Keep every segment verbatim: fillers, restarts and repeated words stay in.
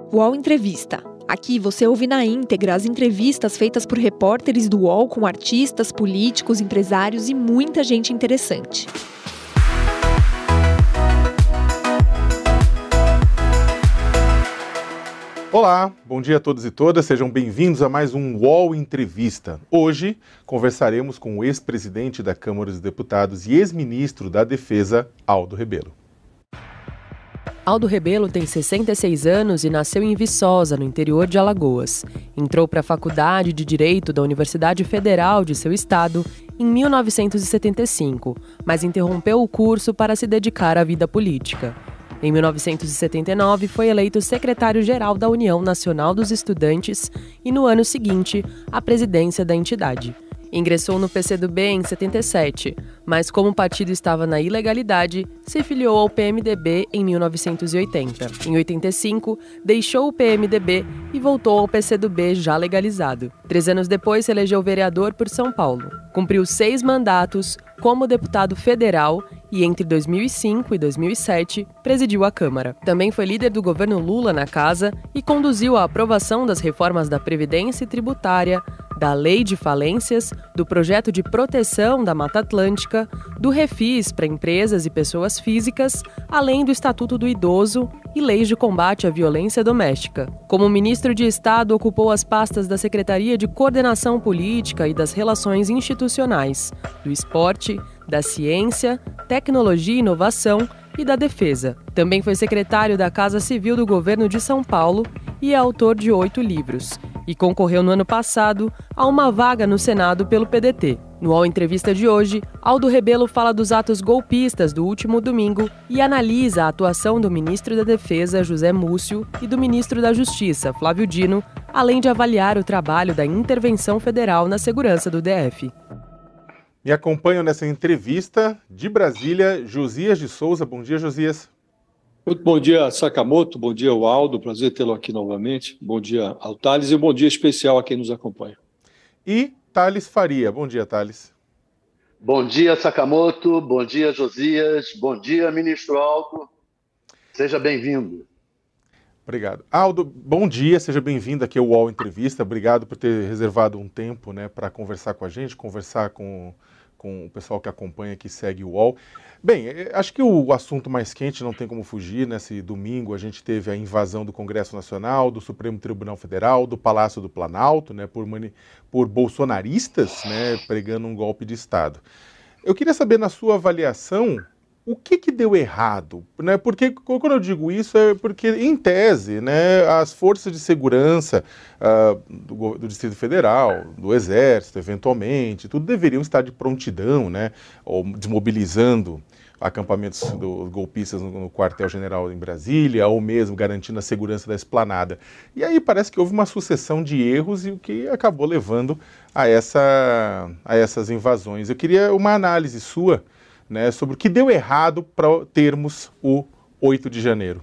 U O L Entrevista. Aqui você ouve na íntegra as entrevistas feitas por repórteres do U O L com artistas, políticos, empresários e muita gente interessante. Olá, bom dia a todos e todas, sejam bem-vindos a mais um U O L Entrevista. Hoje conversaremos com o ex-presidente da Câmara dos Deputados e ex-ministro da Defesa, Aldo Rebelo. Aldo Rebelo tem sessenta e seis anos e nasceu em Viçosa, no interior de Alagoas. Entrou para a Faculdade de Direito da Universidade Federal de seu estado em mil novecentos e setenta e cinco, mas interrompeu o curso para se dedicar à vida política. Em mil novecentos e setenta e nove, foi eleito secretário-geral da União Nacional dos Estudantes e, no ano seguinte, a presidência da entidade. Ingressou no P C do B em setenta e sete, mas como o partido estava na ilegalidade, se filiou ao P M D B em mil novecentos e oitenta. Em oitenta e cinco, deixou o P M D B e voltou ao P C do B já legalizado. Três anos depois, se elegeu vereador por São Paulo. Cumpriu seis mandatos como deputado federal e entre dois mil e cinco e dois mil e sete presidiu a Câmara. Também foi líder do governo Lula na Casa e conduziu a aprovação das reformas da Previdência e Tributária, da Lei de Falências, do Projeto de Proteção da Mata Atlântica, do Refis para empresas e pessoas físicas, além do Estatuto do Idoso e leis de combate à violência doméstica. Como ministro de Estado, ocupou as pastas da Secretaria de Coordenação Política e das Relações Institucionais, do Esporte, da Ciência, Tecnologia e Inovação e da Defesa. Também foi secretário da Casa Civil do Governo de São Paulo e é autor de oito livros. E concorreu no ano passado a uma vaga no Senado pelo P D T. No U O L Entrevista de hoje, Aldo Rebelo fala dos atos golpistas do último domingo e analisa a atuação do ministro da Defesa, José Múcio, e do ministro da Justiça, Flávio Dino, além de avaliar o trabalho da intervenção federal na segurança do D F. Me acompanham nessa entrevista de Brasília, Josias de Souza. Bom dia, Josias. Muito bom dia, Sakamoto. Bom dia, Aldo. Prazer tê-lo aqui novamente. Bom dia ao Thales e um bom dia especial a quem nos acompanha. E Thales Faria. Bom dia, Thales. Bom dia, Sakamoto. Bom dia, Josias. Bom dia, ministro Aldo. Seja bem-vindo. Obrigado. Aldo, bom dia, seja bem-vindo aqui ao U O L Entrevista. Obrigado por ter reservado um tempo, né, para conversar com a gente, conversar com, com o pessoal que acompanha, que segue o U O L. Bem, acho que o assunto mais quente não tem como fugir. Nesse domingo a gente teve a invasão do Congresso Nacional, do Supremo Tribunal Federal, do Palácio do Planalto, né, por, mani- por bolsonaristas, né, pregando um golpe de Estado. Eu queria saber, na sua avaliação, o que que deu errado? Né? Porque, quando eu digo isso, é porque, em tese, né, as forças de segurança uh, do, do Distrito Federal, do Exército, eventualmente, tudo deveriam estar de prontidão, né, ou desmobilizando acampamentos dos golpistas no, no quartel-general em Brasília, ou mesmo garantindo a segurança da esplanada. E aí parece que houve uma sucessão de erros e o que acabou levando a, essa, a essas invasões. Eu queria uma análise sua, né, sobre o que deu errado para termos o oito de janeiro.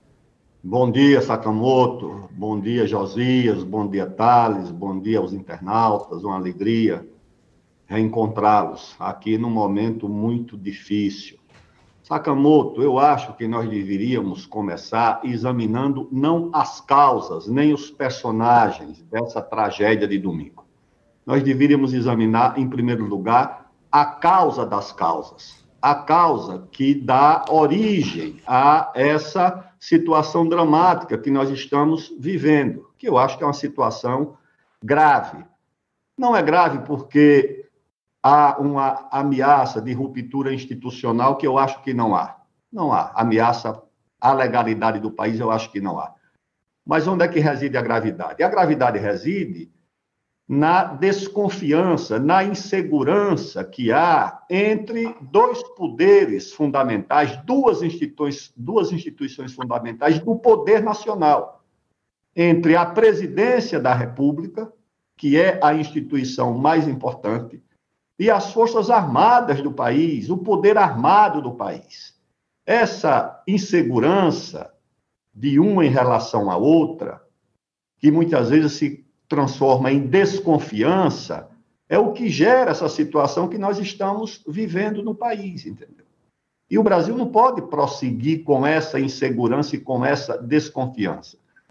Bom dia, Sakamoto. Bom dia, Josias. Bom dia, Thales. Bom dia aos internautas. Uma alegria reencontrá-los aqui num momento muito difícil. Sakamoto, eu acho que nós deveríamos começar examinando não as causas, nem os personagens dessa tragédia de domingo. Nós deveríamos examinar, em primeiro lugar, a causa das causas, a causa que dá origem a essa situação dramática que nós estamos vivendo, que eu acho que é uma situação grave. Não é grave porque há uma ameaça de ruptura institucional, que eu acho que não há. Não há. Ameaça à legalidade do país, eu acho que não há. Mas onde é que reside a gravidade? A gravidade reside na desconfiança, na insegurança que há entre dois poderes fundamentais, duas instituições, duas instituições fundamentais do poder nacional, entre a presidência da República, que é a instituição mais importante, e as Forças Armadas do país, o poder armado do país. Essa insegurança de uma em relação à outra, que muitas vezes se transforma em desconfiança, é o que gera essa situação que nós estamos vivendo no país, entendeu? E o Brasil não pode prosseguir com essa insegurança e com essa desconfiança.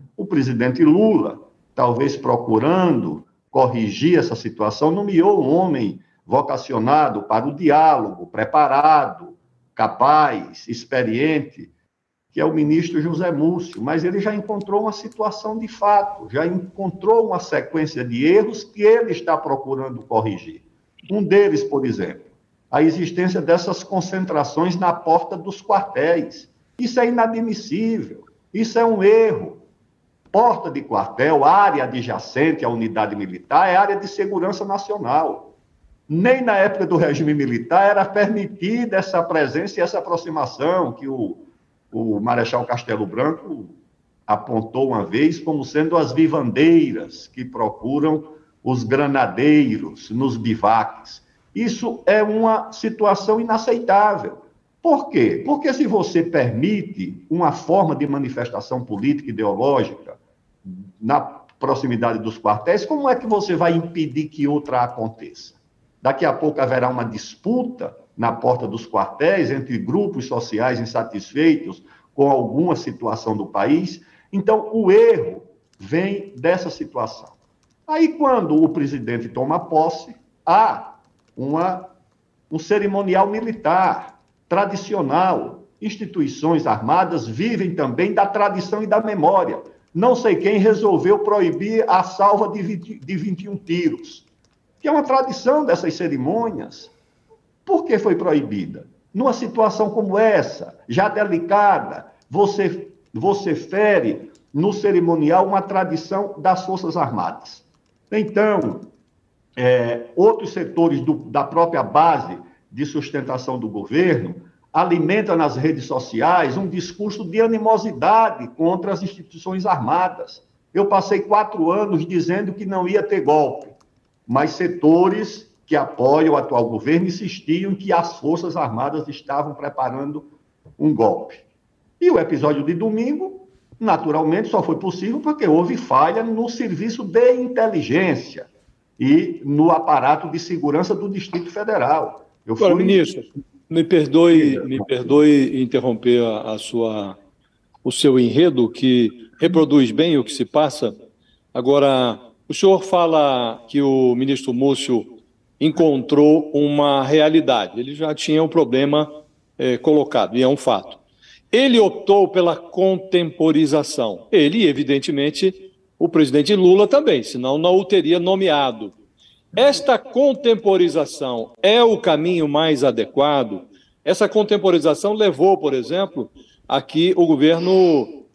O presidente Lula, talvez procurando corrigir essa situação, nomeou um homem vocacionado para o diálogo, preparado, capaz, experiente, que é o ministro José Múcio, mas ele já encontrou uma situação de fato, já encontrou uma sequência de erros que ele está procurando corrigir. Um deles, por exemplo, a existência dessas concentrações na porta dos quartéis. Isso é inadmissível, isso é um erro. Porta de quartel, área adjacente à unidade militar, é área de segurança nacional. Nem na época do regime militar era permitida essa presença e essa aproximação que o, o Marechal Castelo Branco apontou uma vez como sendo as vivandeiras que procuram os granadeiros nos bivaques. Isso é uma situação inaceitável. Por quê? Porque se você permite uma forma de manifestação política e ideológica na proximidade dos quartéis, como é que você vai impedir que outra aconteça? Daqui a pouco haverá uma disputa na porta dos quartéis entre grupos sociais insatisfeitos com alguma situação do país. Então, o erro vem dessa situação. Aí, quando o presidente toma posse, há uma, um cerimonial militar tradicional. Instituições armadas vivem também da tradição e da memória. Não sei quem resolveu proibir a salva de, vinte, de vinte e um tiros, que é uma tradição dessas cerimônias. Por que foi proibida? Numa situação como essa, já delicada, você, você fere no cerimonial uma tradição das Forças Armadas. Então, é, outros setores do, da própria base de sustentação do governo alimentam nas redes sociais um discurso de animosidade contra as instituições armadas. Eu passei quatro anos dizendo que não ia ter golpe, mas setores que apoiam o atual governo insistiam que as Forças Armadas estavam preparando um golpe. E o episódio de domingo, naturalmente, só foi possível porque houve falha no serviço de inteligência e no aparato de segurança do Distrito Federal. Eu Agora, fui... ministro, me perdoe, me perdoe interromper a, a sua, o seu enredo, que reproduz bem o que se passa. Agora, o senhor fala que o ministro Múcio encontrou uma realidade. Ele já tinha um problema é, colocado, e é um fato. Ele optou pela contemporização. Ele, evidentemente, o presidente Lula também, senão não o teria nomeado. Esta contemporização é o caminho mais adequado? Essa contemporização levou, por exemplo, a que o governo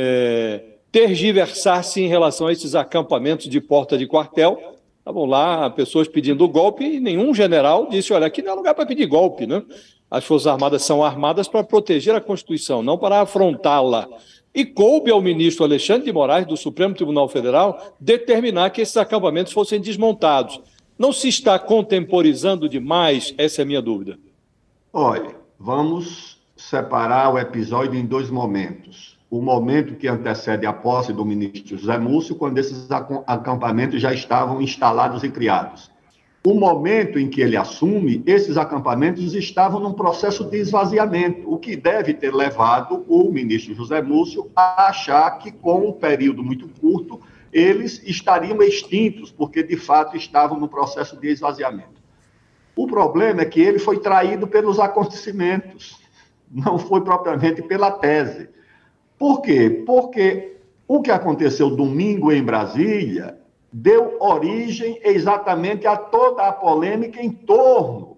é, tergiversasse em relação a esses acampamentos de porta de quartel. Estavam lá pessoas pedindo golpe e nenhum general disse, olha, aqui não é lugar para pedir golpe, né? As Forças Armadas são armadas para proteger a Constituição, não para afrontá-la. E coube ao ministro Alexandre de Moraes, do Supremo Tribunal Federal, determinar que esses acampamentos fossem desmontados. Não se está contemporizando demais? Essa é a minha dúvida. Olha, vamos separar o episódio em dois momentos. O momento que antecede a posse do ministro José Múcio, quando esses acampamentos já estavam instalados e criados. O momento em que ele assume, esses acampamentos estavam num processo de esvaziamento, o que deve ter levado o ministro José Múcio a achar que, com um período muito curto, eles estariam extintos, porque, de fato, estavam no processo de esvaziamento. O problema é que ele foi traído pelos acontecimentos, não foi propriamente pela tese. Por quê? Porque o que aconteceu domingo em Brasília deu origem exatamente a toda a polêmica em torno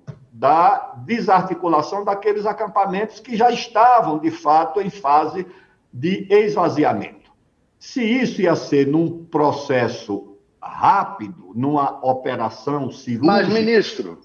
da desarticulação daqueles acampamentos que já estavam, de fato, em fase de esvaziamento. Se isso ia ser num processo rápido, numa operação cirúrgica... Mas, ministro,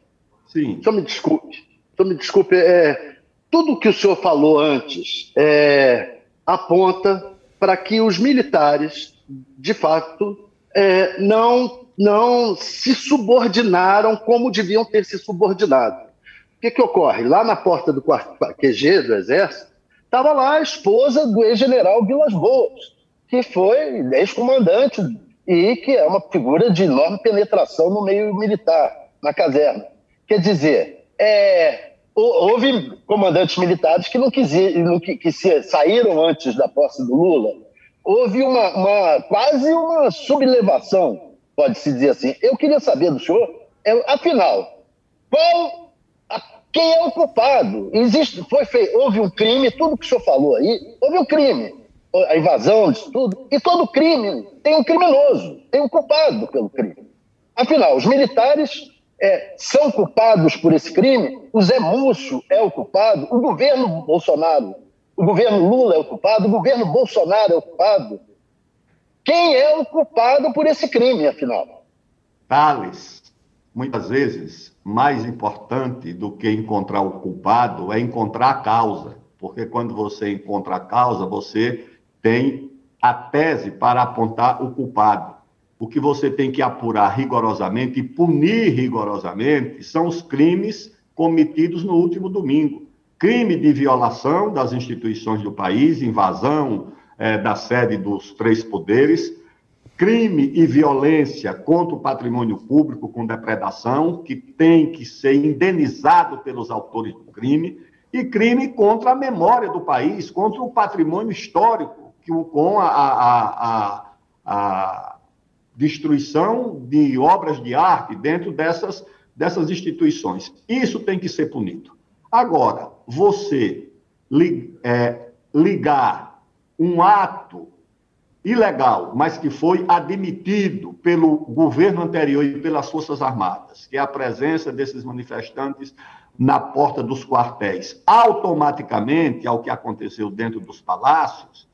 Sim. só me desculpe, só me desculpe, é, tudo o que o senhor falou antes é, aponta para que os militares, de fato... É, não, não se subordinaram como deviam ter se subordinado. O que, que ocorre? Lá na porta do Q G do Exército, estava lá a esposa do ex-general Vilas Boas, que foi ex-comandante e que é uma figura de enorme penetração no meio militar, na caserna. Quer dizer, é, houve comandantes militares que, não quisiam, que, que se, saíram antes da posse do Lula, houve uma, uma quase uma sublevação, pode-se dizer assim. Eu queria saber do senhor, é, afinal, qual, a, quem é o culpado? Existe, foi feito, houve um crime, tudo que o senhor falou aí, houve um crime, a invasão disso tudo, e todo crime tem um criminoso, tem um culpado pelo crime. Afinal, os militares é, são culpados por esse crime, o Zé Múcio é o culpado, o governo Bolsonaro, o governo Lula é o culpado, o governo Bolsonaro é o culpado. Quem é o culpado por esse crime, afinal? Thales, muitas vezes, mais importante do que encontrar o culpado é encontrar a causa, porque quando você encontra a causa, você tem a tese para apontar o culpado. O que você tem que apurar rigorosamente e punir rigorosamente são os crimes cometidos no último domingo. Crime de violação das instituições do país, invasão é, da sede dos três poderes, crime e violência contra o patrimônio público com depredação, que tem que ser indenizado pelos autores do crime, e crime contra a memória do país, contra o patrimônio histórico, que, com a, a, a, a destruição de obras de arte dentro dessas, dessas instituições. Isso tem que ser punido. Agora, você é, ligar um ato ilegal, mas que foi admitido pelo governo anterior e pelas Forças Armadas, que é a presença desses manifestantes na porta dos quartéis, automaticamente ao que aconteceu dentro dos palácios,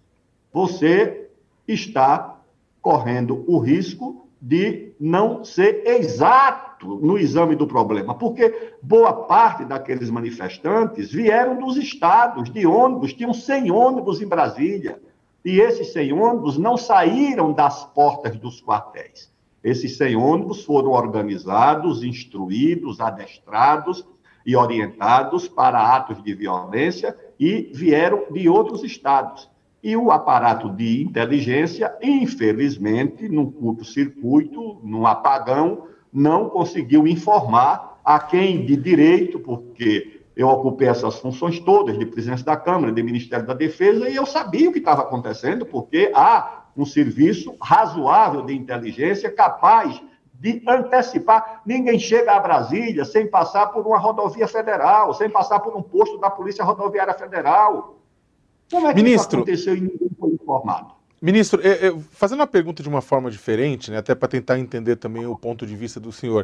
você está correndo o risco de não ser exato no exame do problema, porque boa parte daqueles manifestantes vieram dos estados, de ônibus, tinham cem ônibus em Brasília, e esses cem ônibus não saíram das portas dos quartéis. Esses cem ônibus foram organizados, instruídos, adestrados e orientados para atos de violência e vieram de outros estados. E o aparato de inteligência, infelizmente, num curto-circuito, num apagão, não conseguiu informar a quem de direito, porque eu ocupei essas funções todas, de presidência da Câmara, de Ministério da Defesa, e eu sabia o que estava acontecendo, porque há um serviço razoável de inteligência capaz de antecipar. Ninguém chega a Brasília sem passar por uma rodovia federal, sem passar por um posto da Polícia Rodoviária Federal. Como é que Ministro, isso aconteceu e ninguém foi informado? Ministro, é, é, fazendo a pergunta de uma forma diferente, né, até para tentar entender também o ponto de vista do senhor.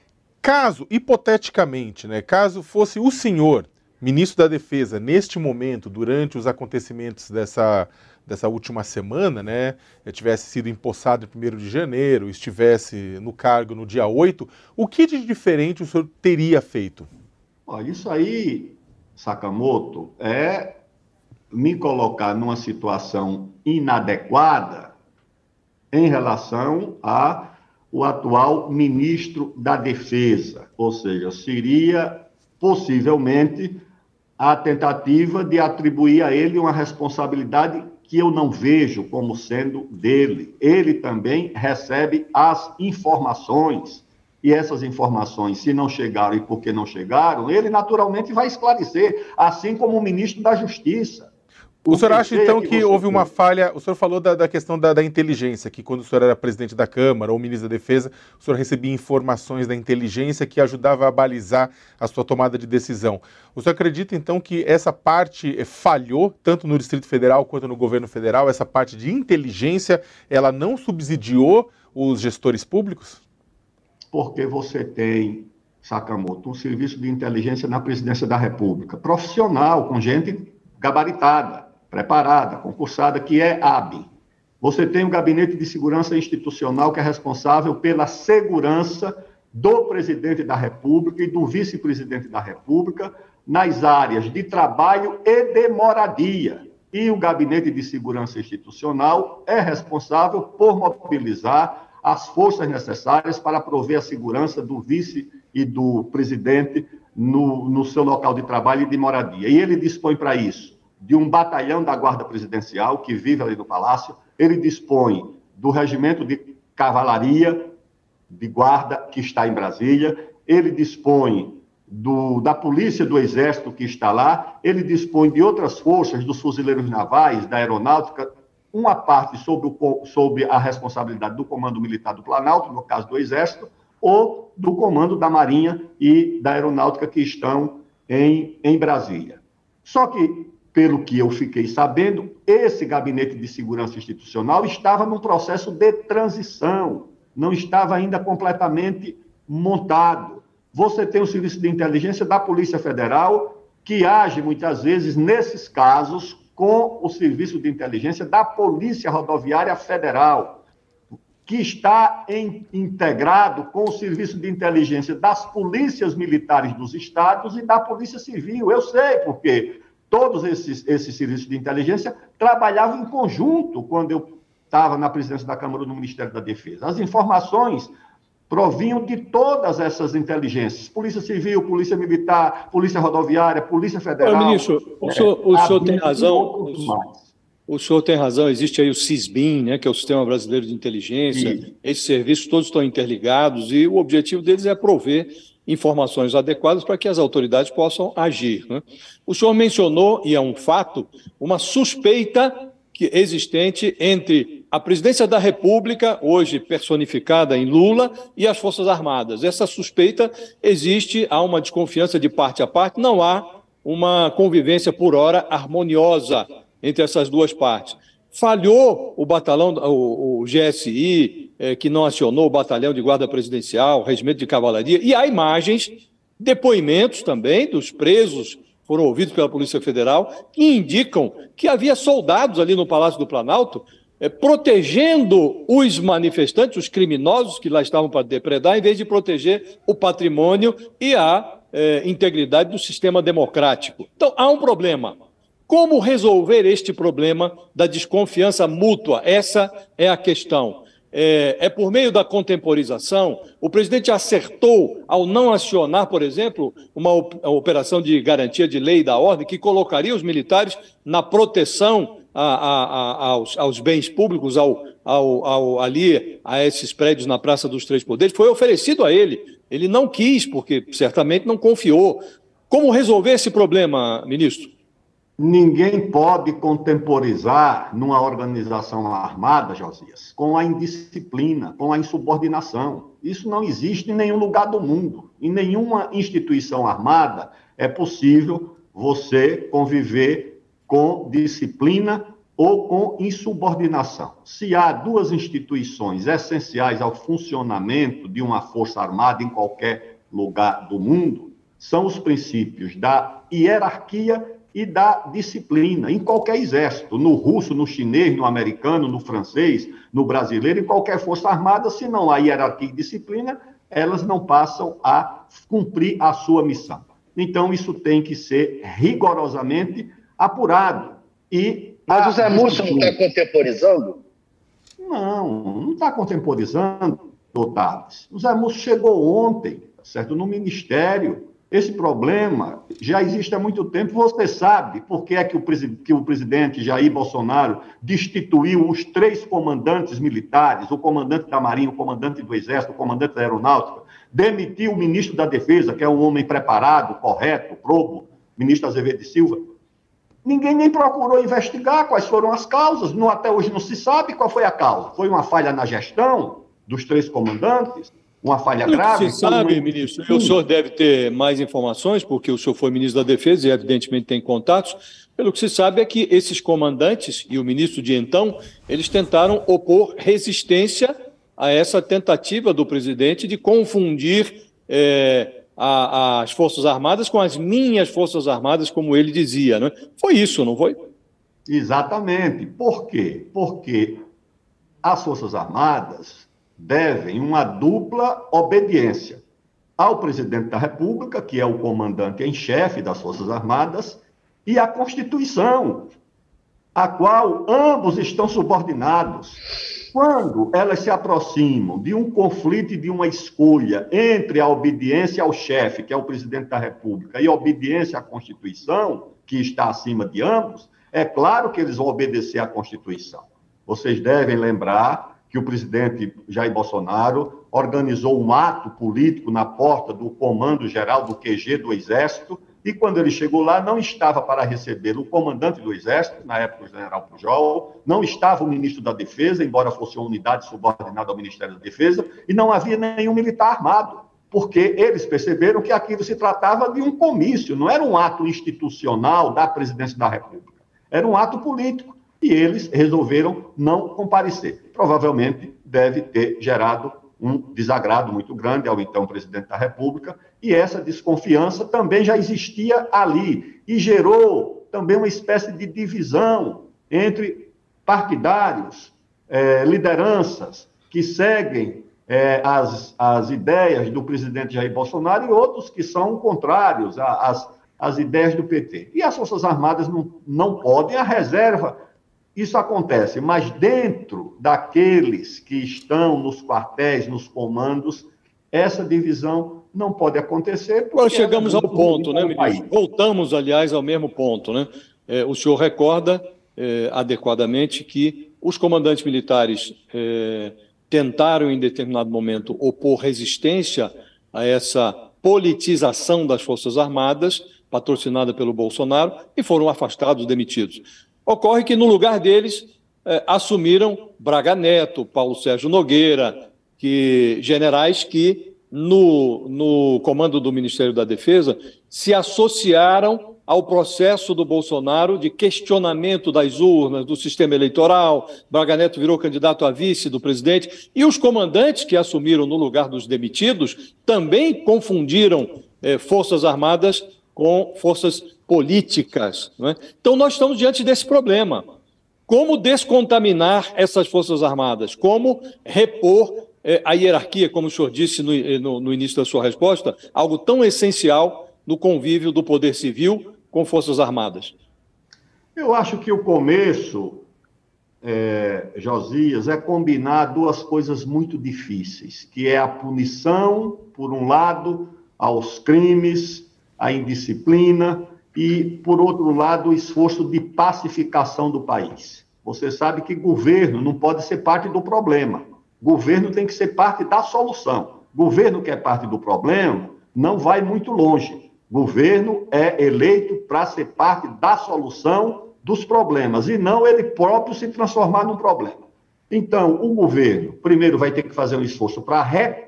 Caso, hipoteticamente, né, caso fosse o senhor, ministro da Defesa, neste momento, durante os acontecimentos dessa, dessa última semana, né, tivesse sido empossado em primeiro de janeiro, estivesse no cargo no dia oito, o que de diferente o senhor teria feito? Ó, isso aí, Sakamoto, é me colocar numa situação inadequada em relação ao atual ministro da Defesa, ou seja, seria possivelmente a tentativa de atribuir a ele uma responsabilidade que eu não vejo como sendo dele. Ele também recebe as informações, e essas informações, se não chegaram e por que não chegaram, ele naturalmente vai esclarecer, assim como o ministro da Justiça. O senhor acha, então, que houve uma falha... O senhor falou da, da questão da, da inteligência, que quando o senhor era presidente da Câmara ou ministro da Defesa, o senhor recebia informações da inteligência que ajudava a balizar a sua tomada de decisão. O senhor acredita, então, que essa parte falhou, tanto no Distrito Federal quanto no governo federal, essa parte de inteligência, ela não subsidiou os gestores públicos? Porque você tem, Sakamoto, um serviço de inteligência na presidência da República, profissional, com gente gabaritada, preparada, concursada, que é A B I. Você tem o Gabinete de Segurança Institucional, que é responsável pela segurança do presidente da República e do vice-presidente da República nas áreas de trabalho e de moradia. E o Gabinete de Segurança Institucional é responsável por mobilizar as forças necessárias para prover a segurança do vice e do presidente no, no seu local de trabalho e de moradia. E ele dispõe para isso de um batalhão da Guarda Presidencial, que vive ali no Palácio, ele dispõe do Regimento de Cavalaria de Guarda, que está em Brasília, ele dispõe do, da Polícia do Exército, que está lá, ele dispõe de outras forças, dos fuzileiros navais, da Aeronáutica, uma parte sobre, o, sobre a responsabilidade do Comando Militar do Planalto, no caso do Exército, ou do Comando da Marinha e da Aeronáutica que estão em, em Brasília. Só que, pelo que eu fiquei sabendo, esse Gabinete de Segurança Institucional estava num processo de transição, não estava ainda completamente montado. Você tem o Serviço de Inteligência da Polícia Federal, que age muitas vezes, nesses casos, com o Serviço de Inteligência da Polícia Rodoviária Federal, que está em, integrado com o Serviço de Inteligência das Polícias Militares dos Estados e da Polícia Civil. Eu sei, porque todos esses, esses serviços de inteligência trabalhavam em conjunto quando eu estava na presidência da Câmara do Ministério da Defesa. As informações provinham de todas essas inteligências, Polícia Civil, Polícia Militar, Polícia Rodoviária, Polícia Federal... Ô, ministro, o senhor, o senhor tem razão, o senhor tem razão, existe aí o SISBIN, né, que é o Sistema Brasileiro de Inteligência, Sim. Esses serviços todos estão interligados e o objetivo deles é prover informações adequadas para que as autoridades possam agir, né? O senhor mencionou, e é um fato, uma suspeita que, existente entre a presidência da República, hoje personificada em Lula, e as Forças Armadas. Essa suspeita existe, há uma desconfiança de parte a parte, não há uma convivência, por hora, harmoniosa entre essas duas partes. Falhou o batalhão, o, o G S I, eh, que não acionou o batalhão de guarda presidencial, o regimento de cavalaria, e há imagens, depoimentos também dos presos, foram ouvidos pela Polícia Federal, que indicam que havia soldados ali no Palácio do Planalto eh, protegendo os manifestantes, os criminosos que lá estavam para depredar, em vez de proteger o patrimônio e a eh, integridade do sistema democrático. Então, há um problema. Como resolver este problema da desconfiança mútua? Essa é a questão. É, é por meio da contemporização. O presidente acertou ao não acionar, por exemplo, uma operação de garantia de lei e da ordem que colocaria os militares na proteção a, a, a, aos, aos bens públicos, ao, ao, ao, ali a esses prédios na Praça dos Três Poderes. Foi oferecido a ele. Ele não quis, porque certamente não confiou. Como resolver esse problema, ministro? Ninguém pode contemporizar numa organização armada, Josias, com a indisciplina, com a insubordinação. Isso não existe em nenhum lugar do mundo. Em nenhuma instituição armada é possível você conviver com disciplina ou com insubordinação. Se há duas instituições essenciais ao funcionamento de uma força armada em qualquer lugar do mundo, são os princípios da hierarquia e da disciplina, em qualquer exército, no russo, no chinês, no americano, no francês, no brasileiro, em qualquer força armada, se não há hierarquia e disciplina, elas não passam a cumprir a sua missão. Então, isso tem que ser rigorosamente apurado. E Mas o Zé Múcio não está contemporizando? Não, não está contemporizando, doutor. O Zé Múcio chegou ontem, certo, no Ministério. Esse problema já existe há muito tempo. Você sabe por que é que o, que o presidente Jair Bolsonaro destituiu os três comandantes militares, o comandante da Marinha, o comandante do Exército, o comandante da Aeronáutica, demitiu o ministro da Defesa, que é um homem preparado, correto, probo, ministro Azevedo de Silva. Ninguém nem procurou investigar quais foram as causas. Não, até hoje não se sabe qual foi a causa. Foi uma falha na gestão dos três comandantes? Uma falha grave? Você sabe, ministro, e o senhor deve ter mais informações, porque o senhor foi ministro da Defesa e, evidentemente, tem contatos. Pelo que se sabe é que esses comandantes e o ministro de então, eles tentaram opor resistência a essa tentativa do presidente de confundir é, a, as Forças Armadas com as minhas Forças Armadas, como ele dizia, né? Foi isso, não foi? Exatamente. Por quê? Porque as Forças Armadas devem uma dupla obediência ao presidente da República, que é o comandante em chefe das Forças Armadas, e à Constituição, a qual ambos estão subordinados. Quando elas se aproximam de um conflito e de uma escolha entre a obediência ao chefe, que é o presidente da República, e a obediência à Constituição, que está acima de ambos, é claro que eles vão obedecer à Constituição. Vocês devem lembrar que o presidente Jair Bolsonaro organizou um ato político na porta do Comando Geral do Q G do Exército E quando ele chegou lá, não estava para recebê-lo o comandante do Exército, na época o general Pujol, não estava o ministro da Defesa, embora fosse uma unidade subordinada ao Ministério da Defesa, e não havia nenhum militar armado, porque eles perceberam que aquilo se tratava de um comício, não era um ato institucional da Presidência da República, era um ato político, e eles resolveram não comparecer. Provavelmente deve ter gerado um desagrado muito grande ao então presidente da República, e essa desconfiança também já existia ali, e gerou também uma espécie de divisão entre partidários, eh, lideranças que seguem eh, as, as ideias do presidente Jair Bolsonaro e outros que são contrários às, às ideias do P T. E as Forças Armadas não, não podem, a reserva. Isso acontece, mas dentro daqueles que estão nos quartéis, nos comandos, essa divisão não pode acontecer. Nós chegamos ao ponto, né, ministro? Voltamos, aliás, ao mesmo ponto, né? É, o senhor recorda é, adequadamente que os comandantes militares é, tentaram, em determinado momento, opor resistência a essa politização das Forças Armadas, patrocinada pelo Bolsonaro, e foram afastados, demitidos. Ocorre que, no lugar deles, eh, assumiram Braga Neto, Paulo Sérgio Nogueira, que, generais que, no, no comando do Ministério da Defesa, se associaram ao processo do Bolsonaro de questionamento das urnas, do sistema eleitoral. Braga Neto virou candidato a vice do presidente, e os comandantes que assumiram no lugar dos demitidos também confundiram eh, Forças Armadas com forças políticas, não é? Então, nós estamos diante desse problema. Como descontaminar essas Forças Armadas? Como repor eh, a hierarquia, como o senhor disse no, no, no início da sua resposta, algo tão essencial no convívio do poder civil com Forças Armadas? Eu acho que o começo, é, Josias, é combinar duas coisas muito difíceis, que é a punição, por um lado, aos crimes, a indisciplina, e, por outro lado, o esforço de pacificação do país. Você sabe que governo não pode ser parte do problema. Governo tem que ser parte da solução. Governo que é parte do problema não vai muito longe. Governo é eleito para ser parte da solução dos problemas, e não ele próprio se transformar num problema. Então, o governo, primeiro, vai ter que fazer um esforço para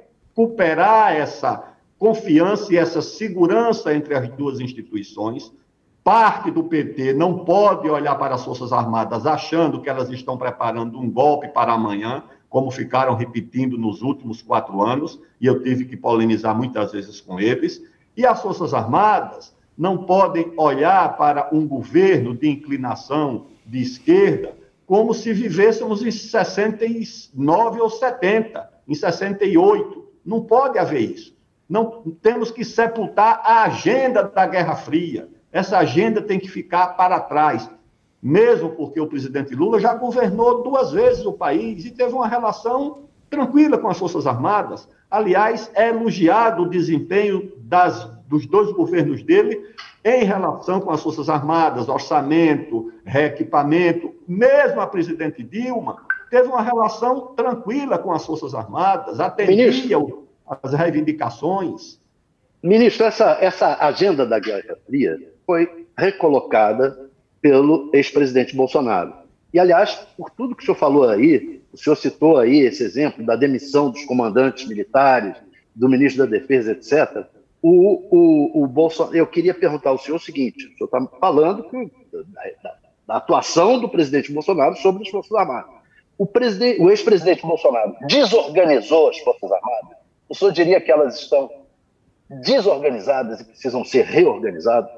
recuperar essa confiança e essa segurança entre as duas instituições. Parte do P T não pode olhar para as Forças Armadas achando que elas estão preparando um golpe para amanhã, como ficaram repetindo nos últimos quatro anos, e eu tive que polemizar muitas vezes com eles. E as Forças Armadas não podem olhar para um governo de inclinação de esquerda como se vivêssemos em sessenta e nove ou setenta, em sessenta e oito. Não pode haver isso. Não, temos que sepultar a agenda da Guerra Fria. Essa agenda tem que ficar para trás, mesmo porque o presidente Lula já governou duas vezes o país e teve uma relação tranquila com as Forças Armadas. Aliás, é elogiado o desempenho das, dos dois governos dele em relação com as Forças Armadas, orçamento, reequipamento. Mesmo a presidente Dilma teve uma relação tranquila com as Forças Armadas, atendia o as reivindicações. Ministro, essa, essa agenda da Guerra Fria foi recolocada pelo ex-presidente Bolsonaro. E, aliás, por tudo que o senhor falou aí, o senhor citou aí esse exemplo da demissão dos comandantes militares, do ministro da Defesa, etcétera, o, o, o Bolsonaro, eu queria perguntar ao senhor o seguinte, o senhor está falando que, da, da atuação do presidente Bolsonaro sobre as Forças Armadas. O, o ex-presidente Bolsonaro desorganizou as Forças Armadas? O senhor diria que elas estão desorganizadas e precisam ser reorganizadas?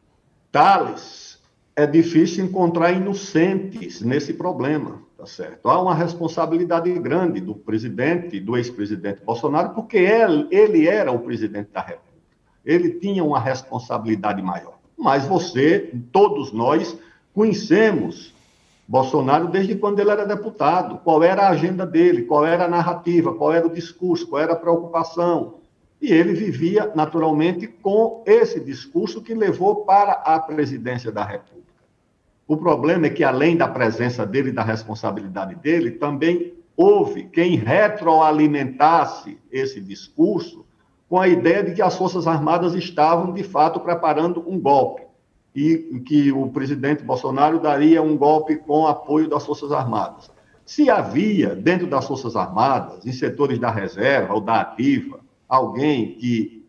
Tales, é difícil encontrar inocentes nesse problema, tá certo? Há uma responsabilidade grande do presidente, do ex-presidente Bolsonaro, porque ele, ele era o presidente da República. Ele tinha uma responsabilidade maior. Mas você, todos nós, conhecemos Bolsonaro desde quando ele era deputado, qual era a agenda dele, qual era a narrativa, qual era o discurso, qual era a preocupação. E ele vivia, naturalmente, com esse discurso que levou para a presidência da República. O problema é que, além da presença dele e da responsabilidade dele, também houve quem retroalimentasse esse discurso com a ideia de que as Forças Armadas estavam, de fato, preparando um golpe e que o presidente Bolsonaro daria um golpe com apoio das Forças Armadas. Se havia, dentro das Forças Armadas, em setores da reserva ou da ativa, alguém que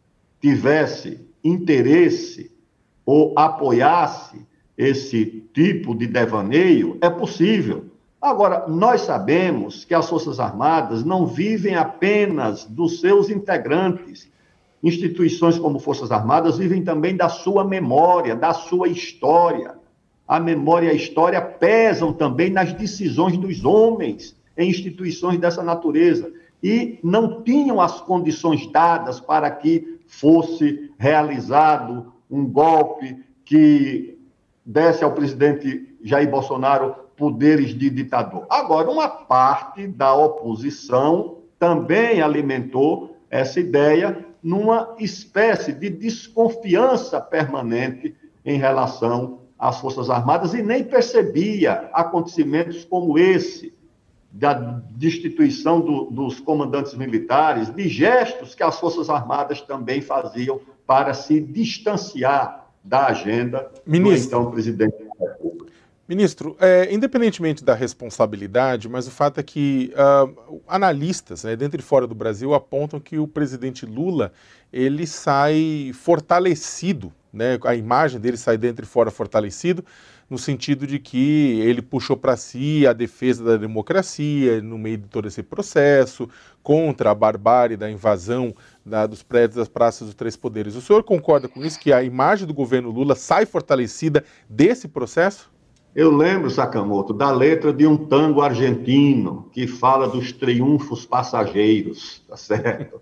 tivesse interesse ou apoiasse esse tipo de devaneio, é possível. Agora, nós sabemos que as Forças Armadas não vivem apenas dos seus integrantes. Instituições como Forças Armadas vivem também da sua memória, da sua história. A memória e a história pesam também nas decisões dos homens em instituições dessa natureza. E não tinham as condições dadas para que fosse realizado um golpe que desse ao presidente Jair Bolsonaro poderes de ditador. Agora, uma parte da oposição também alimentou essa ideia numa espécie de desconfiança permanente em relação às Forças Armadas e nem percebia acontecimentos como esse, da destituição do, dos comandantes militares, de gestos que as Forças Armadas também faziam para se distanciar da agenda Ministro. do então presidente da República. Ministro, é, independentemente da responsabilidade, mas o fato é que uh, analistas, né, dentro e fora do Brasil, apontam que o presidente Lula ele sai fortalecido, né, a imagem dele sai dentro e fora fortalecido, no sentido de que ele puxou para si a defesa da democracia no meio de todo esse processo, contra a barbárie da invasão da, dos prédios das praças dos Três Poderes. O senhor concorda com isso, que a imagem do governo Lula sai fortalecida desse processo? Eu lembro, Sakamoto, da letra de um tango argentino que fala dos triunfos passageiros, tá certo?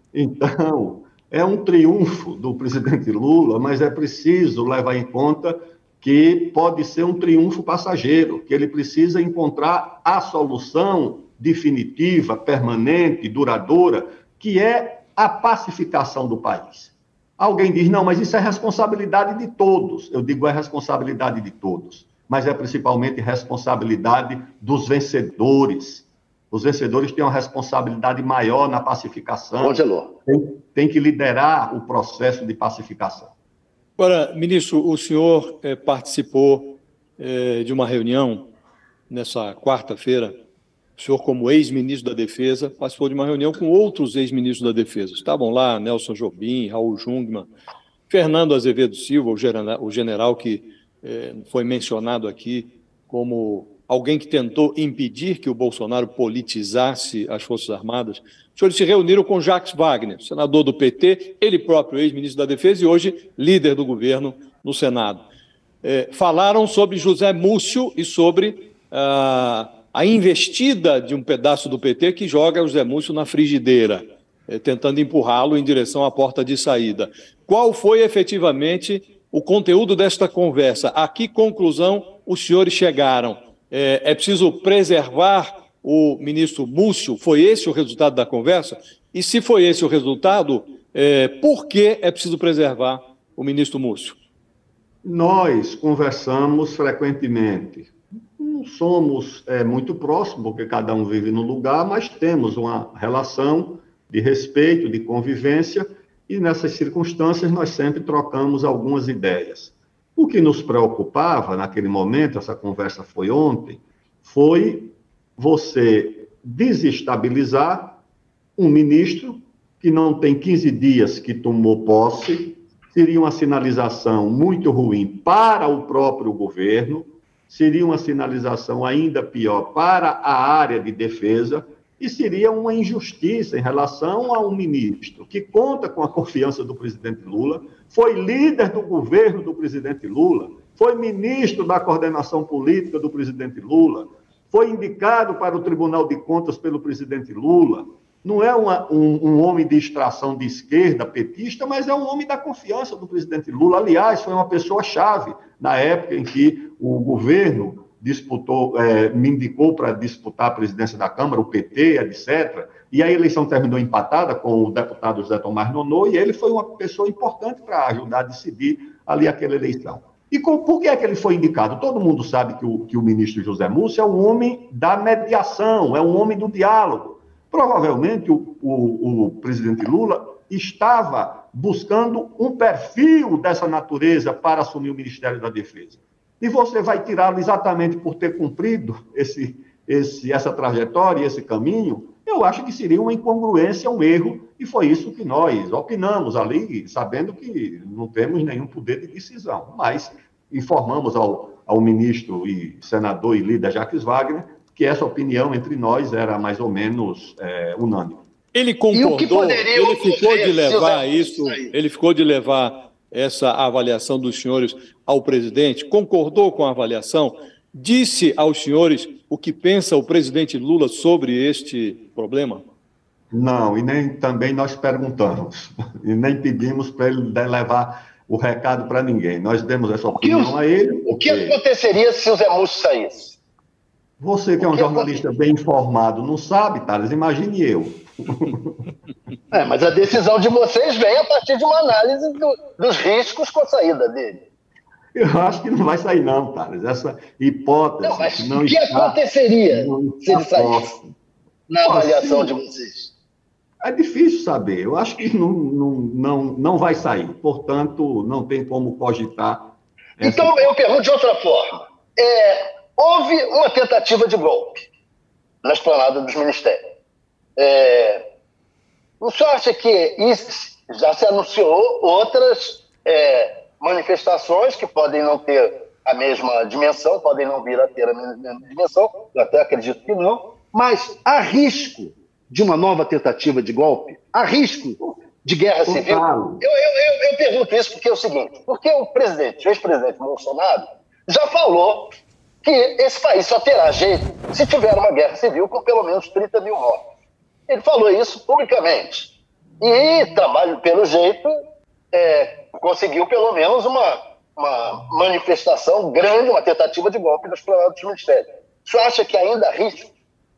Então, é um triunfo do presidente Lula, mas é preciso levar em conta que pode ser um triunfo passageiro, que ele precisa encontrar a solução definitiva, permanente, duradoura, que é a pacificação do país. Alguém diz, não, mas isso é responsabilidade de todos. Eu digo, é responsabilidade de todos. Mas é principalmente responsabilidade dos vencedores. Os vencedores têm uma responsabilidade maior na pacificação. Congelou. Tem, tem que liderar o processo de pacificação. Agora, ministro, o senhor eh, participou eh, de uma reunião nessa quarta-feira. O senhor, como ex-ministro da Defesa, participou de uma reunião com outros ex-ministros da Defesa. Estavam lá Nelson Jobim, Raul Jungmann, Fernando Azevedo Silva, o general, o general que foi mencionado aqui como alguém que tentou impedir que o Bolsonaro politizasse as Forças Armadas. Os senhores se reuniram com Jacques Wagner, senador do P T, ele próprio ex-ministro da Defesa e hoje líder do governo no Senado. É, falaram sobre José Múcio e sobre ah, a investida de um pedaço do P T que joga José Múcio na frigideira, é, tentando empurrá-lo em direção à porta de saída. Qual foi efetivamente o conteúdo desta conversa? A que conclusão os senhores chegaram? É, é preciso preservar o ministro Múcio? Foi esse o resultado da conversa? E se foi esse o resultado, é, por que é preciso preservar o ministro Múcio? Nós conversamos frequentemente. Não somos é, muito próximos, porque cada um vive no lugar, mas temos uma relação de respeito, de convivência. E nessas circunstâncias nós sempre trocamos algumas ideias. O que nos preocupava naquele momento, essa conversa foi ontem, foi você desestabilizar um ministro que não tem quinze dias que tomou posse, seria uma sinalização muito ruim para o próprio governo, seria uma sinalização ainda pior para a área de defesa, e seria uma injustiça em relação a um ministro que conta com a confiança do presidente Lula, foi líder do governo do presidente Lula, foi ministro da coordenação política do presidente Lula, foi indicado para o Tribunal de Contas pelo presidente Lula. Não é uma, um, um homem de extração de esquerda, petista, mas é um homem da confiança do presidente Lula. Aliás, foi uma pessoa-chave na época em que o governo disputou, é, me indicou para disputar a presidência da Câmara, o P T, etcétera. E a eleição terminou empatada com o deputado José Tomás Nonô, e ele foi uma pessoa importante para ajudar a decidir ali aquela eleição. E com, por que é que ele foi indicado? Todo mundo sabe que o, que o ministro José Múcio é um homem da mediação, é um homem do diálogo. Provavelmente o, o, o presidente Lula estava buscando um perfil dessa natureza para assumir o Ministério da Defesa. E você vai tirá-lo exatamente por ter cumprido esse, esse, essa trajetória, esse caminho? Eu acho que seria uma incongruência, um erro, e foi isso que nós opinamos ali, sabendo que não temos nenhum poder de decisão. Mas informamos ao, ao ministro e senador e líder Jacques Wagner que essa opinião entre nós era mais ou menos é, unânime. Ele concordou, ele ficou de levar isso, ele ficou de levar essa avaliação dos senhores ao presidente, concordou com a avaliação, disse aos senhores o que pensa o presidente Lula sobre este problema? Não, e nem também nós perguntamos, e nem pedimos para ele levar o recado para ninguém. Nós demos essa opinião os, a ele. O que aconteceria se o Zé Múcio saísse? Você que é um jornalista bem informado, não sabe, Thales? Imagine eu. É, mas a decisão de vocês vem a partir de uma análise do, dos riscos com a saída dele. Eu acho que não vai sair não, Thales. Essa hipótese... Não, mas não o que está, aconteceria se ele saísse na avaliação assim, de vocês? É difícil saber. Eu acho que não, não, não, não vai sair. Portanto, não tem como cogitar... Então, essa... eu pergunto de outra forma. É, houve uma tentativa de golpe na esplanada dos ministérios. É, o senhor acha que isso já se anunciou outras é, manifestações que podem não ter a mesma dimensão, podem não vir a ter a mesma dimensão, eu até acredito que não, mas há risco de uma nova tentativa de golpe? Há risco de guerra civil? Eu, eu, eu, eu pergunto isso porque é o seguinte, porque o presidente, o ex-presidente Bolsonaro já falou que esse país só terá jeito se tiver uma guerra civil com pelo menos trinta mil mortos. Ele falou isso publicamente. E, trabalho, pelo jeito, é, conseguiu pelo menos uma, uma manifestação grande, uma tentativa de golpe nos plenários do Ministério. O senhor acha que ainda há risco?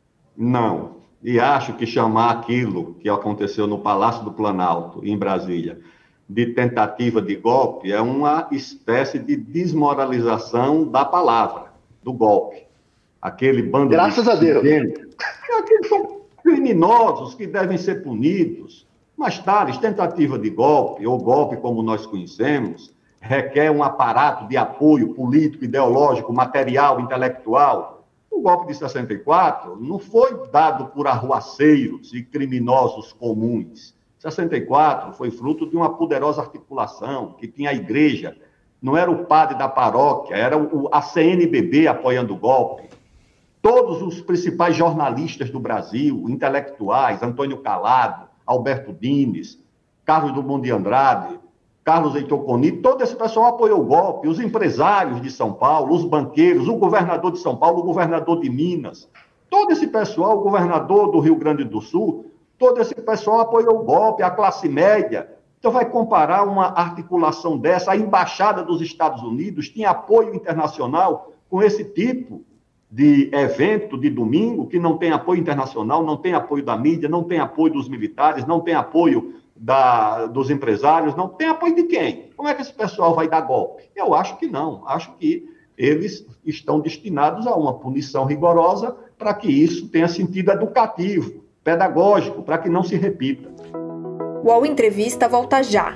Não. E acho que chamar aquilo que aconteceu no Palácio do Planalto, em Brasília, de tentativa de golpe, é uma espécie de desmoralização da palavra, do golpe. Aquele bando Graças de... a Deus. Aqueles são criminosos que devem ser punidos. Mas, Thales, tentativa de golpe, ou golpe como nós conhecemos, requer um aparato de apoio político, ideológico, material, intelectual. O golpe de sessenta e quatro não foi dado por arruaceiros e criminosos comuns. sessenta e quatro foi fruto de uma poderosa articulação que tinha a igreja, não era o padre da paróquia, era o, a C N B B apoiando o golpe. Todos os principais jornalistas do Brasil, intelectuais, Antônio Calado, Alberto Dines, Carlos Drummond de Andrade, Carlos Heitor Coni, todo esse pessoal apoiou o golpe, os empresários de São Paulo, os banqueiros, o governador de São Paulo, o governador de Minas, todo esse pessoal, o governador do Rio Grande do Sul, todo esse pessoal apoiou o golpe, a classe média. Então vai comparar uma articulação dessa, a Embaixada dos Estados Unidos tinha apoio internacional com esse tipo de evento de domingo, que não tem apoio internacional, não tem apoio da mídia, não tem apoio dos militares, não tem apoio da, dos empresários, não tem apoio de quem? Como é que esse pessoal vai dar golpe? Eu acho que não, acho que eles estão destinados a uma punição rigorosa para que isso tenha sentido educativo, pedagógico, para que não se repita. O U O L Entrevista volta já.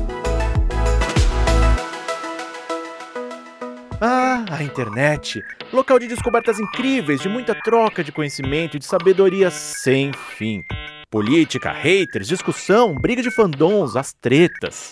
Ah, a internet! Local de descobertas incríveis, de muita troca de conhecimento e de sabedoria sem fim. Política, haters, discussão, briga de fandoms, as tretas.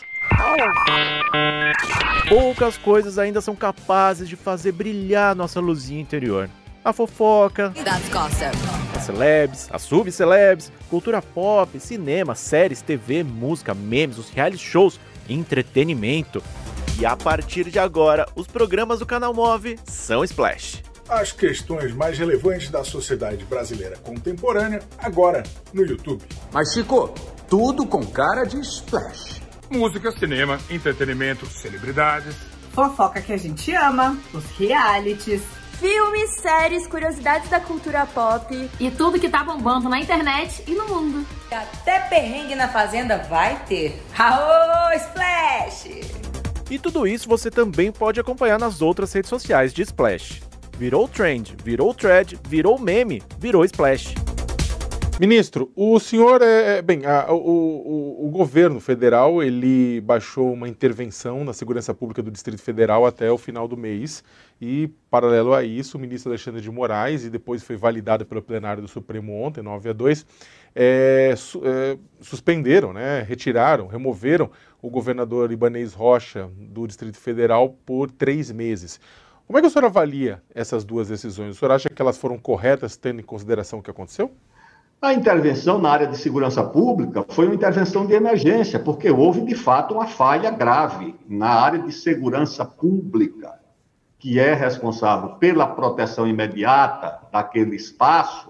Poucas coisas ainda são capazes de fazer brilhar nossa luzinha interior. A fofoca, as celebs, as subcelebs, cultura pop, cinema, séries, T V, música, memes, os reality shows, entretenimento. E a partir de agora, os programas do Canal Move são Splash. As questões mais relevantes da sociedade brasileira contemporânea, agora no YouTube. Mas, Chico, tudo com cara de Splash. Música, cinema, entretenimento, celebridades. Fofoca que a gente ama, os realities. Filmes, séries, curiosidades da cultura pop. E tudo que tá bombando na internet e no mundo. Até perrengue na fazenda vai ter. Aô, Splash! E tudo isso você também pode acompanhar nas outras redes sociais de Splash. Virou trend, virou thread, virou meme, virou Splash. Ministro, o senhor é... Bem, a, o, o, o governo federal, ele baixou uma intervenção na segurança pública do Distrito Federal até o final do mês e, paralelo a isso, o ministro Alexandre de Moraes, e depois foi validado pelo plenário do Supremo ontem, nove a dois, é, su, é, suspenderam, né, retiraram, removeram o governador Ibanez Rocha do Distrito Federal por três meses. Como é que o senhor avalia essas duas decisões? O senhor acha que elas foram corretas, tendo em consideração o que aconteceu? A intervenção na área de segurança pública foi uma intervenção de emergência, porque houve, de fato, uma falha grave na área de segurança pública, que é responsável pela proteção imediata daquele espaço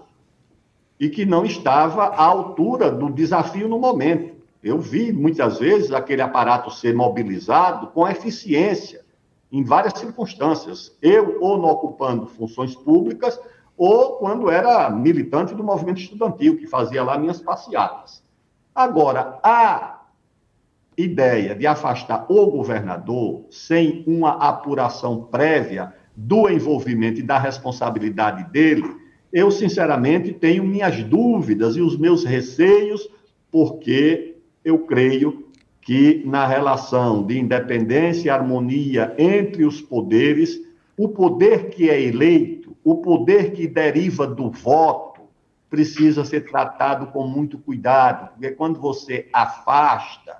e que não estava à altura do desafio no momento. Eu vi, muitas vezes, aquele aparato ser mobilizado com eficiência, em várias circunstâncias. Eu, ou não ocupando funções públicas, ou quando era militante do movimento estudantil, que fazia lá minhas passeatas. Agora, a ideia de afastar o governador sem uma apuração prévia do envolvimento e da responsabilidade dele, eu, sinceramente, tenho minhas dúvidas e os meus receios, porque eu creio que na relação de independência e harmonia entre os poderes, o poder que é eleito, o poder que deriva do voto, precisa ser tratado com muito cuidado, porque quando você afasta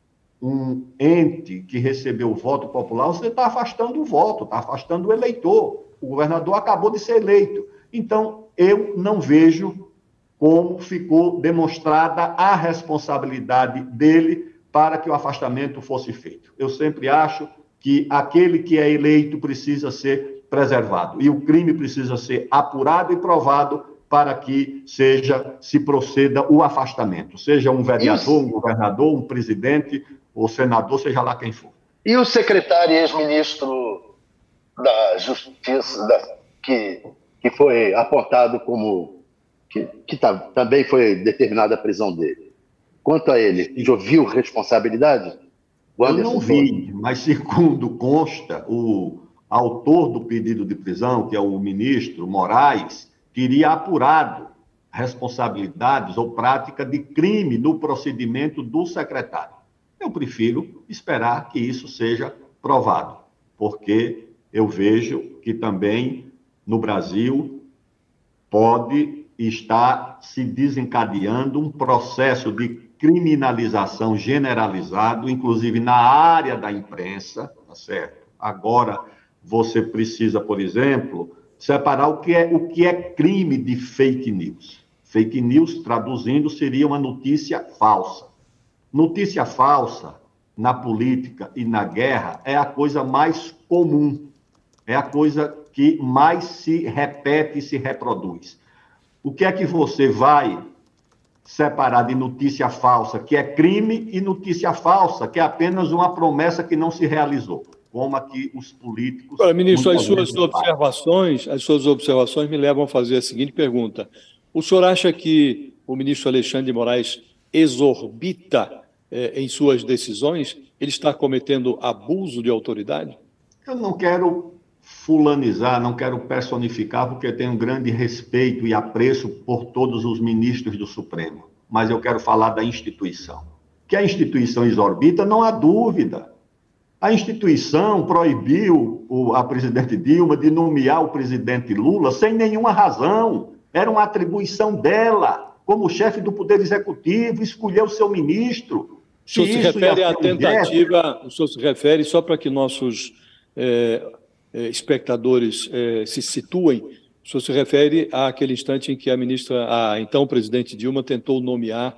um ente que recebeu o voto popular, você está afastando o voto, está afastando o eleitor. O governador acabou de ser eleito. Então, eu não vejo como ficou demonstrada a responsabilidade dele para que o afastamento fosse feito. Eu sempre acho que aquele que é eleito precisa ser preservado. E o crime precisa ser apurado e provado para que seja, se proceda o afastamento. Seja um vereador, um governador, um presidente, ou senador, seja lá quem for. E o secretário e ex-ministro da Justiça, da, que, que foi apontado como... que, que tá, também foi determinada a prisão dele. Quanto a ele, já viu responsabilidade? Eu não vi, mas segundo consta, o autor do pedido de prisão, que é o ministro Moraes, teria apurado responsabilidades ou prática de crime no procedimento do secretário. Eu prefiro esperar que isso seja provado, porque eu vejo que também no Brasil pode estar se desencadeando um processo de criminalização generalizado, inclusive na área da imprensa, tá certo? Agora, você precisa, por exemplo, separar o que é, o que é crime de fake news. Fake news, traduzindo, seria uma notícia falsa. Notícia falsa, na política e na guerra, é a coisa mais comum, é a coisa que mais se repete e se reproduz. O que é que você vai separar de notícia falsa, que é crime, e notícia falsa, que é apenas uma promessa que não se realizou? Como aqui os políticos... Olha, ministro, as suas observações, as suas observações me levam a fazer a seguinte pergunta. O senhor acha que o ministro Alexandre de Moraes exorbita eh, em suas decisões? Ele está cometendo abuso de autoridade? Eu não quero fulanizar, não quero personificar, porque eu tenho um grande respeito e apreço por todos os ministros do Supremo. Mas eu quero falar da instituição. Que a instituição exorbita, não há dúvida. A instituição proibiu o, a presidente Dilma de nomear o presidente Lula sem nenhuma razão. Era uma atribuição dela, como chefe do Poder Executivo, escolher o seu ministro. O senhor se refere à tentativa, o senhor se refere, só para que nossos é, é, espectadores é, se situem, o senhor se refere àquele instante em que a ministra, a então presidente Dilma, tentou nomear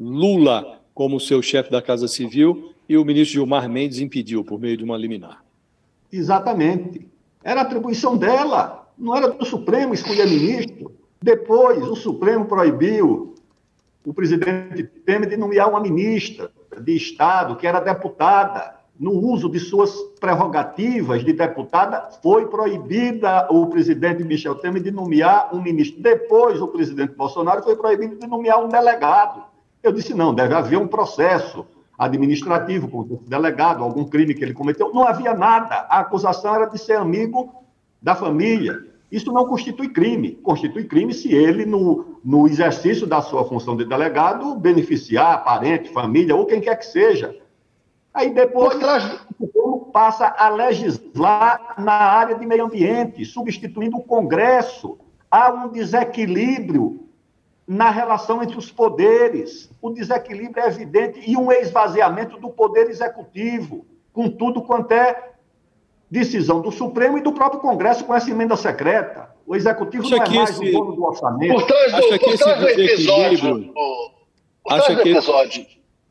Lula como seu chefe da Casa Civil, e o ministro Gilmar Mendes impediu, por meio de uma liminar. Exatamente. Era atribuição dela, não era do Supremo escolher ministro. Depois, o Supremo proibiu o presidente Temer de nomear uma ministra de Estado, que era deputada. No uso de suas prerrogativas de deputada, foi proibida o presidente Michel Temer de nomear um ministro. Depois, o presidente Bolsonaro foi proibido de nomear um delegado. Eu disse, não, deve haver um processo administrativo contra esse delegado, algum crime que ele cometeu. Não havia nada. A acusação era de ser amigo da família. Isso não constitui crime. Constitui crime se ele, no, no exercício da sua função de delegado, beneficiar parente, família ou quem quer que seja. Aí depois o Supremo passa a legislar na área de meio ambiente, substituindo o Congresso. Há um desequilíbrio na relação entre os poderes. O desequilíbrio é evidente e um esvaziamento do poder executivo, com tudo quanto é decisão do Supremo e do próprio Congresso com essa emenda secreta. O Executivo Acha não é mais esse... o dono do orçamento. Por trás do, Acha por que esse trás do episódio... desequilíbrio- Por Acha trás do que- episódio...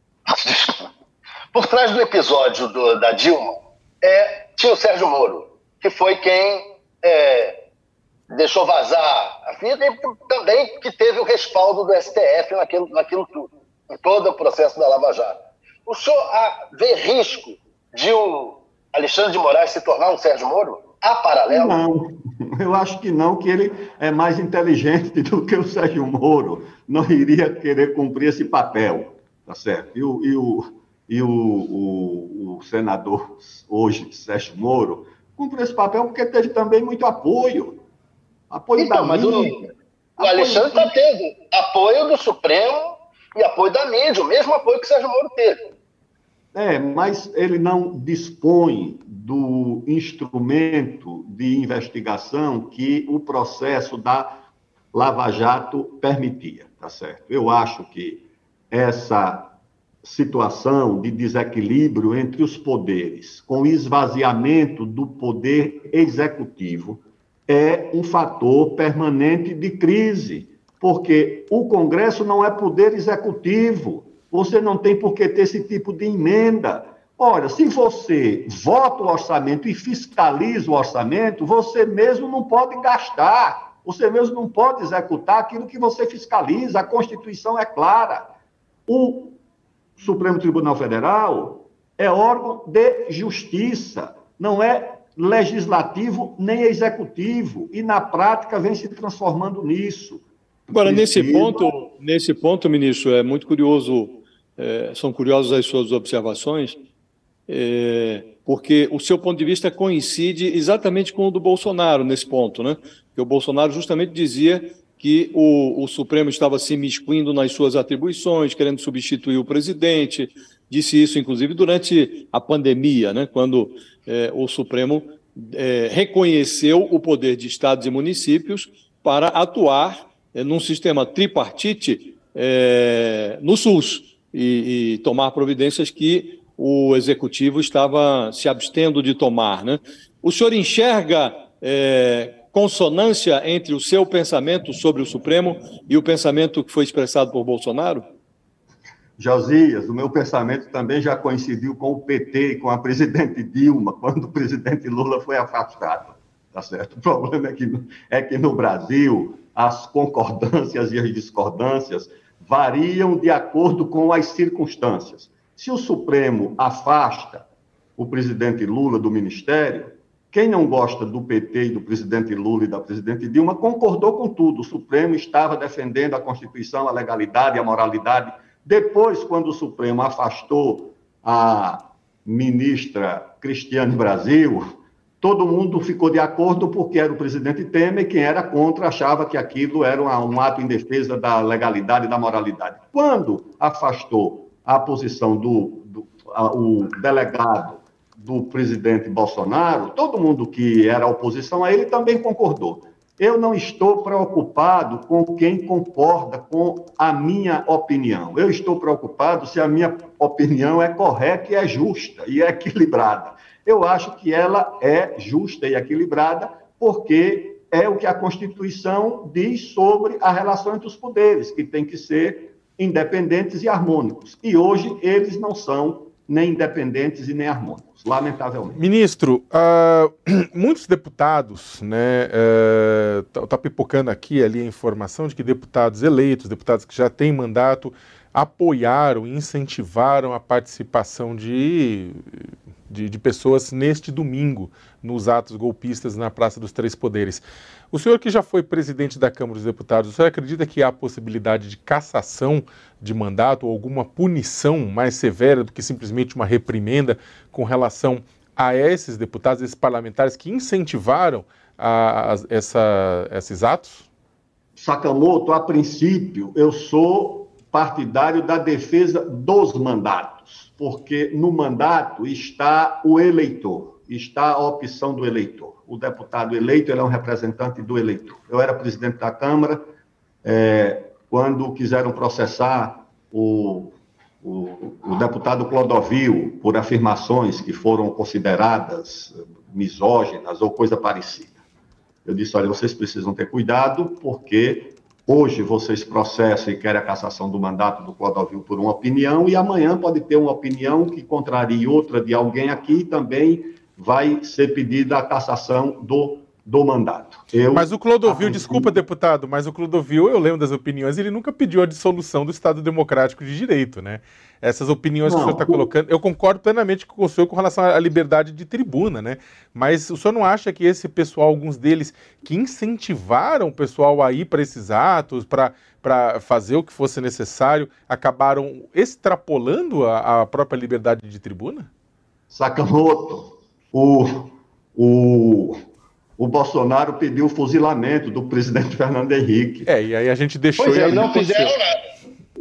Por trás do episódio do- da Dilma, é, tinha o Sérgio Moro, que foi quem é, deixou vazar a fita e também que teve o respaldo do S T F naquilo, naquilo tudo, em todo o processo da Lava Jato. O senhor ah, vê risco de um Alexandre de Moraes se tornar um Sérgio Moro? Há paralelo? Não, eu acho que não, que ele é mais inteligente do que o Sérgio Moro. Não iria querer cumprir esse papel, tá certo? E o, e o, e o, o, o senador hoje, Sérgio Moro, cumpriu esse papel porque teve também muito apoio. Apoio Então, da mas o, mídia. o Alexandre está tendo apoio do Supremo e apoio da mídia, o mesmo apoio que o Sérgio Moro teve. É, mas ele não dispõe do instrumento de investigação que o processo da Lava Jato permitia, tá certo? Eu acho que essa situação de desequilíbrio entre os poderes, com o esvaziamento do poder executivo, é um fator permanente de crise, porque o Congresso não é poder executivo. Você não tem por que ter esse tipo de emenda. Ora, se você vota o orçamento e fiscaliza o orçamento, você mesmo não pode gastar, você mesmo não pode executar aquilo que você fiscaliza. A Constituição é clara. O Supremo Tribunal Federal é órgão de justiça, não é legislativo nem executivo, e na prática vem se transformando nisso. Agora, nesse Precisa- ponto, nesse ponto, ministro, é muito curioso, é, são curiosas as suas observações, é, porque o seu ponto de vista coincide exatamente com o do Bolsonaro nesse ponto, né? Porque o Bolsonaro justamente dizia que o, o Supremo estava se imiscuindo nas suas atribuições, querendo substituir o presidente, disse isso, inclusive, durante a pandemia, né? Quando é, o Supremo é, reconheceu o poder de estados e municípios para atuar é, num sistema tripartite é, no SUS e, e tomar providências que o Executivo estava se abstendo de tomar, né? O senhor enxerga é, consonância entre o seu pensamento sobre o Supremo e o pensamento que foi expressado por Bolsonaro? Josias, o meu pensamento também já coincidiu com o P T e com a presidente Dilma, quando o presidente Lula foi afastado, tá certo? O problema é que, é que no Brasil as concordâncias e as discordâncias variam de acordo com as circunstâncias. Se o Supremo afasta o presidente Lula do ministério, quem não gosta do P T e do presidente Lula e da presidente Dilma concordou com tudo. O Supremo estava defendendo a Constituição, a legalidade e a moralidade. Depois, quando o Supremo afastou a ministra Cristiane Brasil, todo mundo ficou de acordo porque era o presidente Temer, quem era contra achava que aquilo era um, um ato em defesa da legalidade e da moralidade. Quando afastou a posição do, do a, o delegado do presidente Bolsonaro, todo mundo que era oposição a ele também concordou. Eu não estou preocupado com quem concorda com a minha opinião. Eu estou preocupado se a minha opinião é correta e é justa e é equilibrada. Eu acho que ela é justa e equilibrada porque é o que a Constituição diz sobre a relação entre os poderes, que tem que ser independentes e harmônicos. E hoje eles não são nem independentes e nem harmônicos, lamentavelmente. Ministro, uh, muitos deputados, né, uh, tá pipocando aqui e ali a informação de que deputados eleitos, deputados que já têm mandato, apoiaram e incentivaram a participação de, de, de pessoas neste domingo nos atos golpistas na Praça dos Três Poderes. O senhor que já foi presidente da Câmara dos Deputados, o senhor acredita que há possibilidade de cassação de mandato ou alguma punição mais severa do que simplesmente uma reprimenda com relação a esses deputados, esses parlamentares que incentivaram a, a, essa, esses atos? Sakamoto, a princípio, eu sou partidário da defesa dos mandatos, porque no mandato está o eleitor, está a opção do eleitor. O deputado eleito, ele é um representante do eleitor. Eu era presidente da Câmara, é, quando quiseram processar o, o, o deputado Clodovil por afirmações que foram consideradas misóginas ou coisa parecida. Eu disse, olha, vocês precisam ter cuidado, porque hoje vocês processam e querem a cassação do mandato do Clodovil por uma opinião, e amanhã pode ter uma opinião que contrarie outra de alguém aqui, e também vai ser pedida a cassação do, do mandato. Eu, mas o Clodovil, desculpa, deputado, mas o Clodovil, eu lembro das opiniões, ele nunca pediu a dissolução do Estado Democrático de Direito, né? Essas opiniões não, que o senhor está colocando, eu concordo plenamente com o senhor com relação à liberdade de tribuna, né? Mas o senhor não acha que esse pessoal, alguns deles, que incentivaram o pessoal a ir para esses atos, para para fazer o que fosse necessário, acabaram extrapolando a, a própria liberdade de tribuna? Sakamoto, o, o, o Bolsonaro pediu o fuzilamento do presidente Fernando Henrique. É, e aí a gente deixou... Pois é, e não fizeram nada.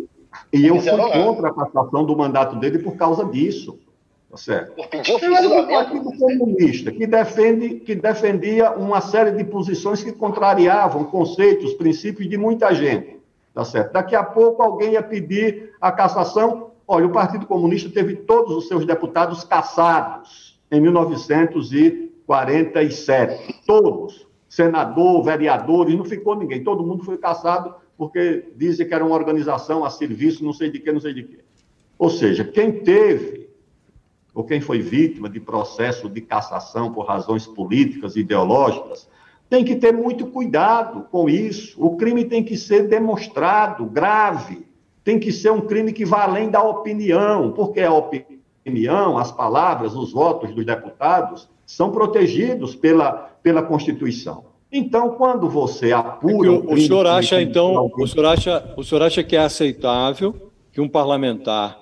E eu fui contra a cassação do mandato dele por causa disso. Tá certo? Pediu Ele era do Partido Comunista, que, defende, que defendia uma série de posições que contrariavam conceitos, princípios de muita gente. Tá certo? Daqui a pouco alguém ia pedir a cassação. Olha, o Partido Comunista teve todos os seus deputados cassados em mil novecentos e quarenta e sete. Todos. Senador, vereadores, não ficou ninguém. Todo mundo foi cassado porque dizem que era uma organização a serviço, não sei de que, não sei de que. Ou seja, quem teve, ou quem foi vítima de processo de cassação por razões políticas, ideológicas, tem que ter muito cuidado com isso. O crime tem que ser demonstrado, grave. Tem que ser um crime que vá além da opinião, porque a opinião, as palavras, os votos dos deputados são protegidos pela, pela Constituição. Então, quando você apura... É o, o senhor acha, então, o senhor acha, o senhor acha que é aceitável que um parlamentar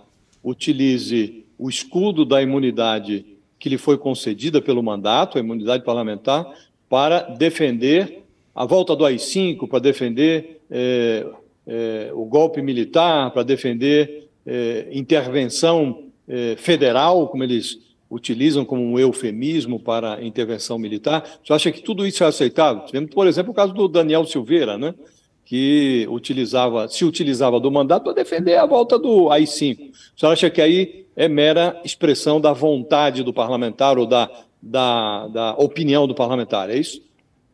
utilize o escudo da imunidade que lhe foi concedida pelo mandato, a imunidade parlamentar, para defender a volta do A I cinco, para defender é, é, o golpe militar, para defender é, intervenção é, federal, como eles utilizam como um eufemismo para intervenção militar? Você acha que tudo isso é aceitável? Tivemos, por exemplo, o caso do Daniel Silveira, né, que utilizava, se utilizava do mandato para defender a volta do A I cinco. Você acha que aí é mera expressão da vontade do parlamentar ou da, da, da opinião do parlamentar, é isso?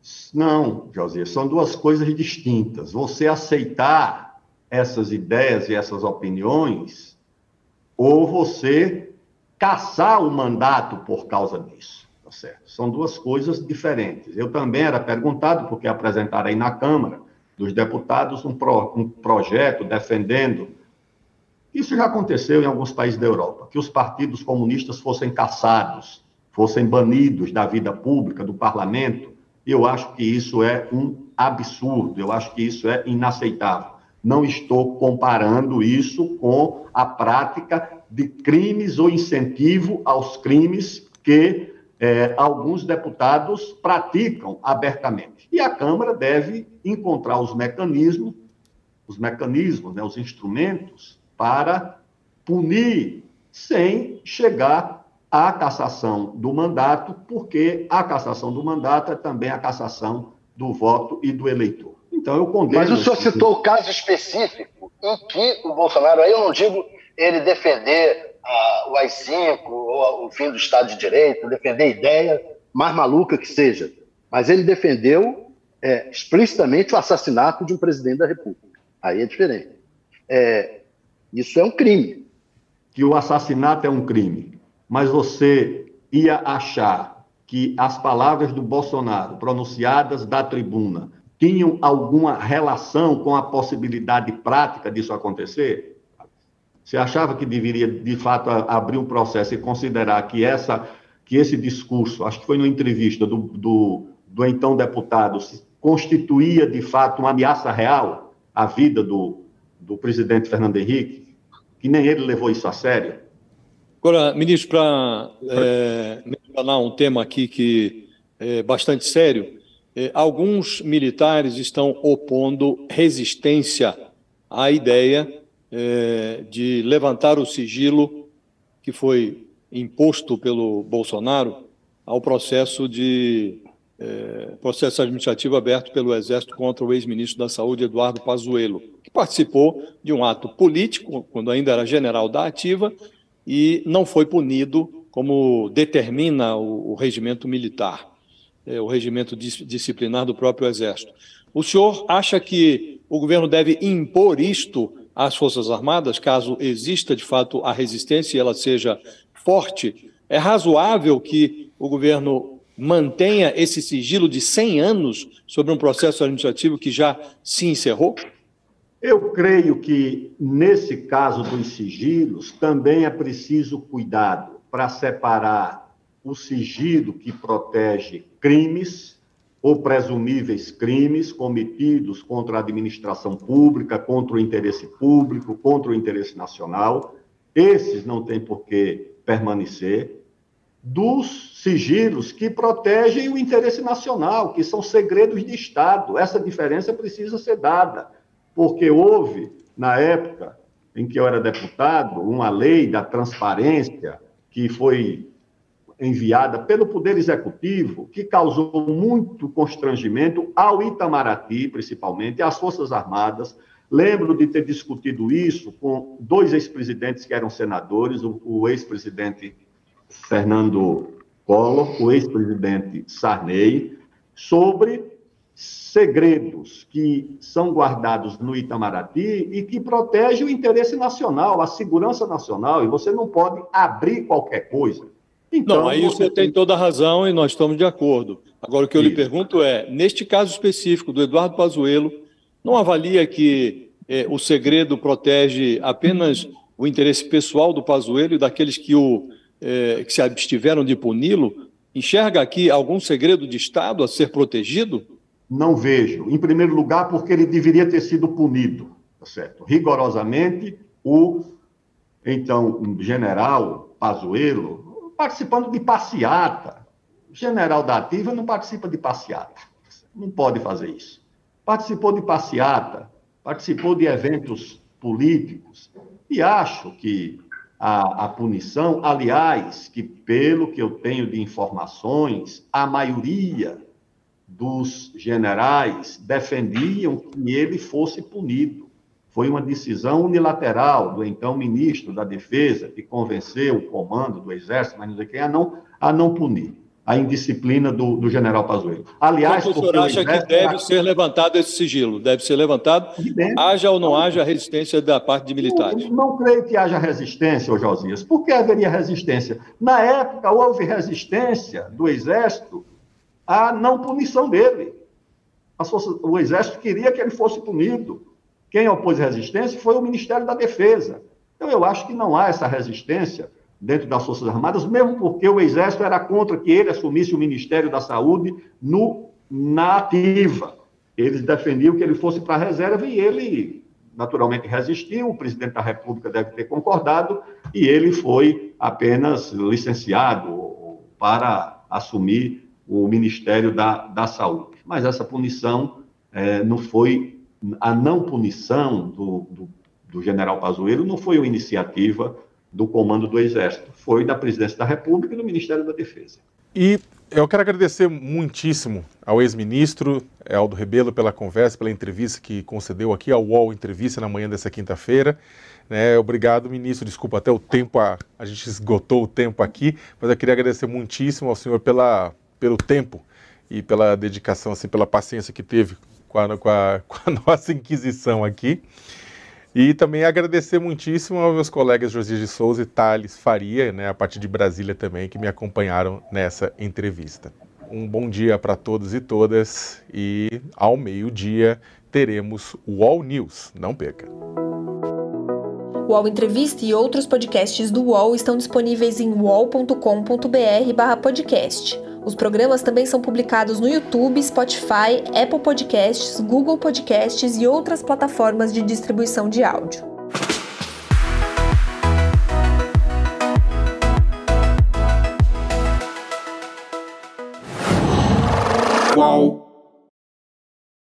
Não, Josias, são duas coisas distintas. Você aceitar essas ideias e essas opiniões, ou você caçar o mandato por causa disso, tá certo? São duas coisas diferentes. Eu também era perguntado, porque apresentaram aí na Câmara dos Deputados um, pro, um projeto defendendo, isso já aconteceu em alguns países da Europa, que os partidos comunistas fossem caçados, fossem banidos da vida pública, do parlamento. Eu acho que isso é um absurdo, eu acho que isso é inaceitável. Não estou comparando isso com a prática de crimes ou incentivo aos crimes que eh, alguns deputados praticam abertamente. E a Câmara deve encontrar os mecanismos, os mecanismos, né, os instrumentos para punir sem chegar à cassação do mandato, porque a cassação do mandato é também a cassação do voto e do eleitor. Então, eu condeno... Mas o senhor citou o caso específico em que o Bolsonaro, aí eu não digo ele defender a, o A I cinco ou o fim do Estado de Direito, defender a ideia mais maluca que seja, mas ele defendeu é, explicitamente o assassinato de um presidente da República. Aí é diferente. É, isso é um crime. Que o assassinato é um crime, mas você ia achar que as palavras do Bolsonaro pronunciadas da tribuna tinham alguma relação com a possibilidade prática disso acontecer? Você achava que deveria, de fato, abrir um processo e considerar que, essa, que esse discurso, acho que foi numa entrevista do, do, do então deputado, constituía, de fato, uma ameaça real à vida do, do presidente Fernando Henrique, que nem ele levou isso a sério? Agora, ministro, para é, mencionar um tema aqui que é bastante sério, eh, alguns militares estão opondo resistência à ideia eh, de levantar o sigilo que foi imposto pelo Bolsonaro ao processo de eh, processo administrativo aberto pelo Exército contra o ex-ministro da Saúde, Eduardo Pazuello, que participou de um ato político, quando ainda era general da ativa, e não foi punido como determina o, o regimento militar, eh, o regimento dis, disciplinar do próprio Exército. O senhor acha que o governo deve impor isto às Forças Armadas, caso exista, de fato, a resistência e ela seja forte? É razoável que o governo mantenha esse sigilo de cem anos sobre um processo administrativo que já se encerrou? Eu creio que, nesse caso dos sigilos, também é preciso cuidado para separar o sigilo que protege crimes ou presumíveis crimes cometidos contra a administração pública, contra o interesse público, contra o interesse nacional. Esses não têm por que permanecer, dos sigilos que protegem o interesse nacional, que são segredos de Estado. Essa diferença precisa ser dada, porque houve, na época em que eu era deputado, uma lei da transparência que foi enviada pelo Poder Executivo, que causou muito constrangimento ao Itamaraty, principalmente, às Forças Armadas. Lembro de ter discutido isso com dois ex-presidentes que eram senadores, o, o ex-presidente Fernando Collor, o ex-presidente Sarney, sobre segredos que são guardados no Itamaraty e que protegem o interesse nacional, a segurança nacional, e você não pode abrir qualquer coisa. Então, não, aí você tem toda a razão e nós estamos de acordo. Agora, o que eu Isso. lhe pergunto é, neste caso específico do Eduardo Pazuello, não avalia que eh, o segredo protege apenas o interesse pessoal do Pazuello e daqueles que, o, eh, que se abstiveram de puni-lo? Enxerga aqui algum segredo de Estado a ser protegido? Não vejo. Em primeiro lugar, porque ele deveria ter sido punido, tá certo? Rigorosamente, o, então, general Pazuello, participando de passeata. O general da ativa não participa de passeata. Não pode fazer isso. Participou de passeata, participou de eventos políticos, e acho que a, a punição, aliás, que pelo que eu tenho de informações, a maioria dos generais defendiam que ele fosse punido. Foi uma decisão unilateral do então ministro da Defesa, que convenceu o comando do Exército, mas não sei quem, a não, a não punir a indisciplina do, do general Pazuello. Aliás, o senhor acha que deve era... ser levantado esse sigilo? Deve ser levantado, haja ou não haja resistência da parte de militares? Não, não creio que haja resistência, ô Josias. Por que haveria resistência? Na época, houve resistência do Exército à não punição dele. Forças, o Exército queria que ele fosse punido. Quem opôs resistência foi o Ministério da Defesa. Então, eu acho que não há essa resistência dentro das Forças Armadas, mesmo porque o Exército era contra que ele assumisse o Ministério da Saúde no, na ativa. Eles defendiam que ele fosse para a reserva e ele, naturalmente, resistiu. O presidente da República deve ter concordado e ele foi apenas licenciado para assumir o Ministério da, da Saúde. Mas essa punição eh, não foi... A não punição do, do, do general Pazuello não foi uma iniciativa do comando do Exército, foi da Presidência da República e do Ministério da Defesa. E eu quero agradecer muitíssimo ao ex-ministro Aldo Rebelo pela conversa, pela entrevista que concedeu aqui ao U O L Entrevista na manhã dessa quinta-feira. Né? Obrigado, ministro. Desculpa, até o tempo, a, a gente esgotou o tempo aqui, mas eu queria agradecer muitíssimo ao senhor pela, pelo tempo e pela dedicação, assim, pela paciência que teve com a, com a, com a nossa inquisição aqui. E também agradecer muitíssimo aos meus colegas Josias de Souza e Thales Faria, né, a partir de Brasília também, que me acompanharam nessa entrevista. Um bom dia para todos e todas e ao meio-dia teremos o U O L News. Não perca! O U O L Entrevista e outros podcasts do U O L estão disponíveis em uol ponto com ponto br barra podcast. Os programas também são publicados no YouTube, Spotify, Apple Podcasts, Google Podcasts e outras plataformas de distribuição de áudio. U O L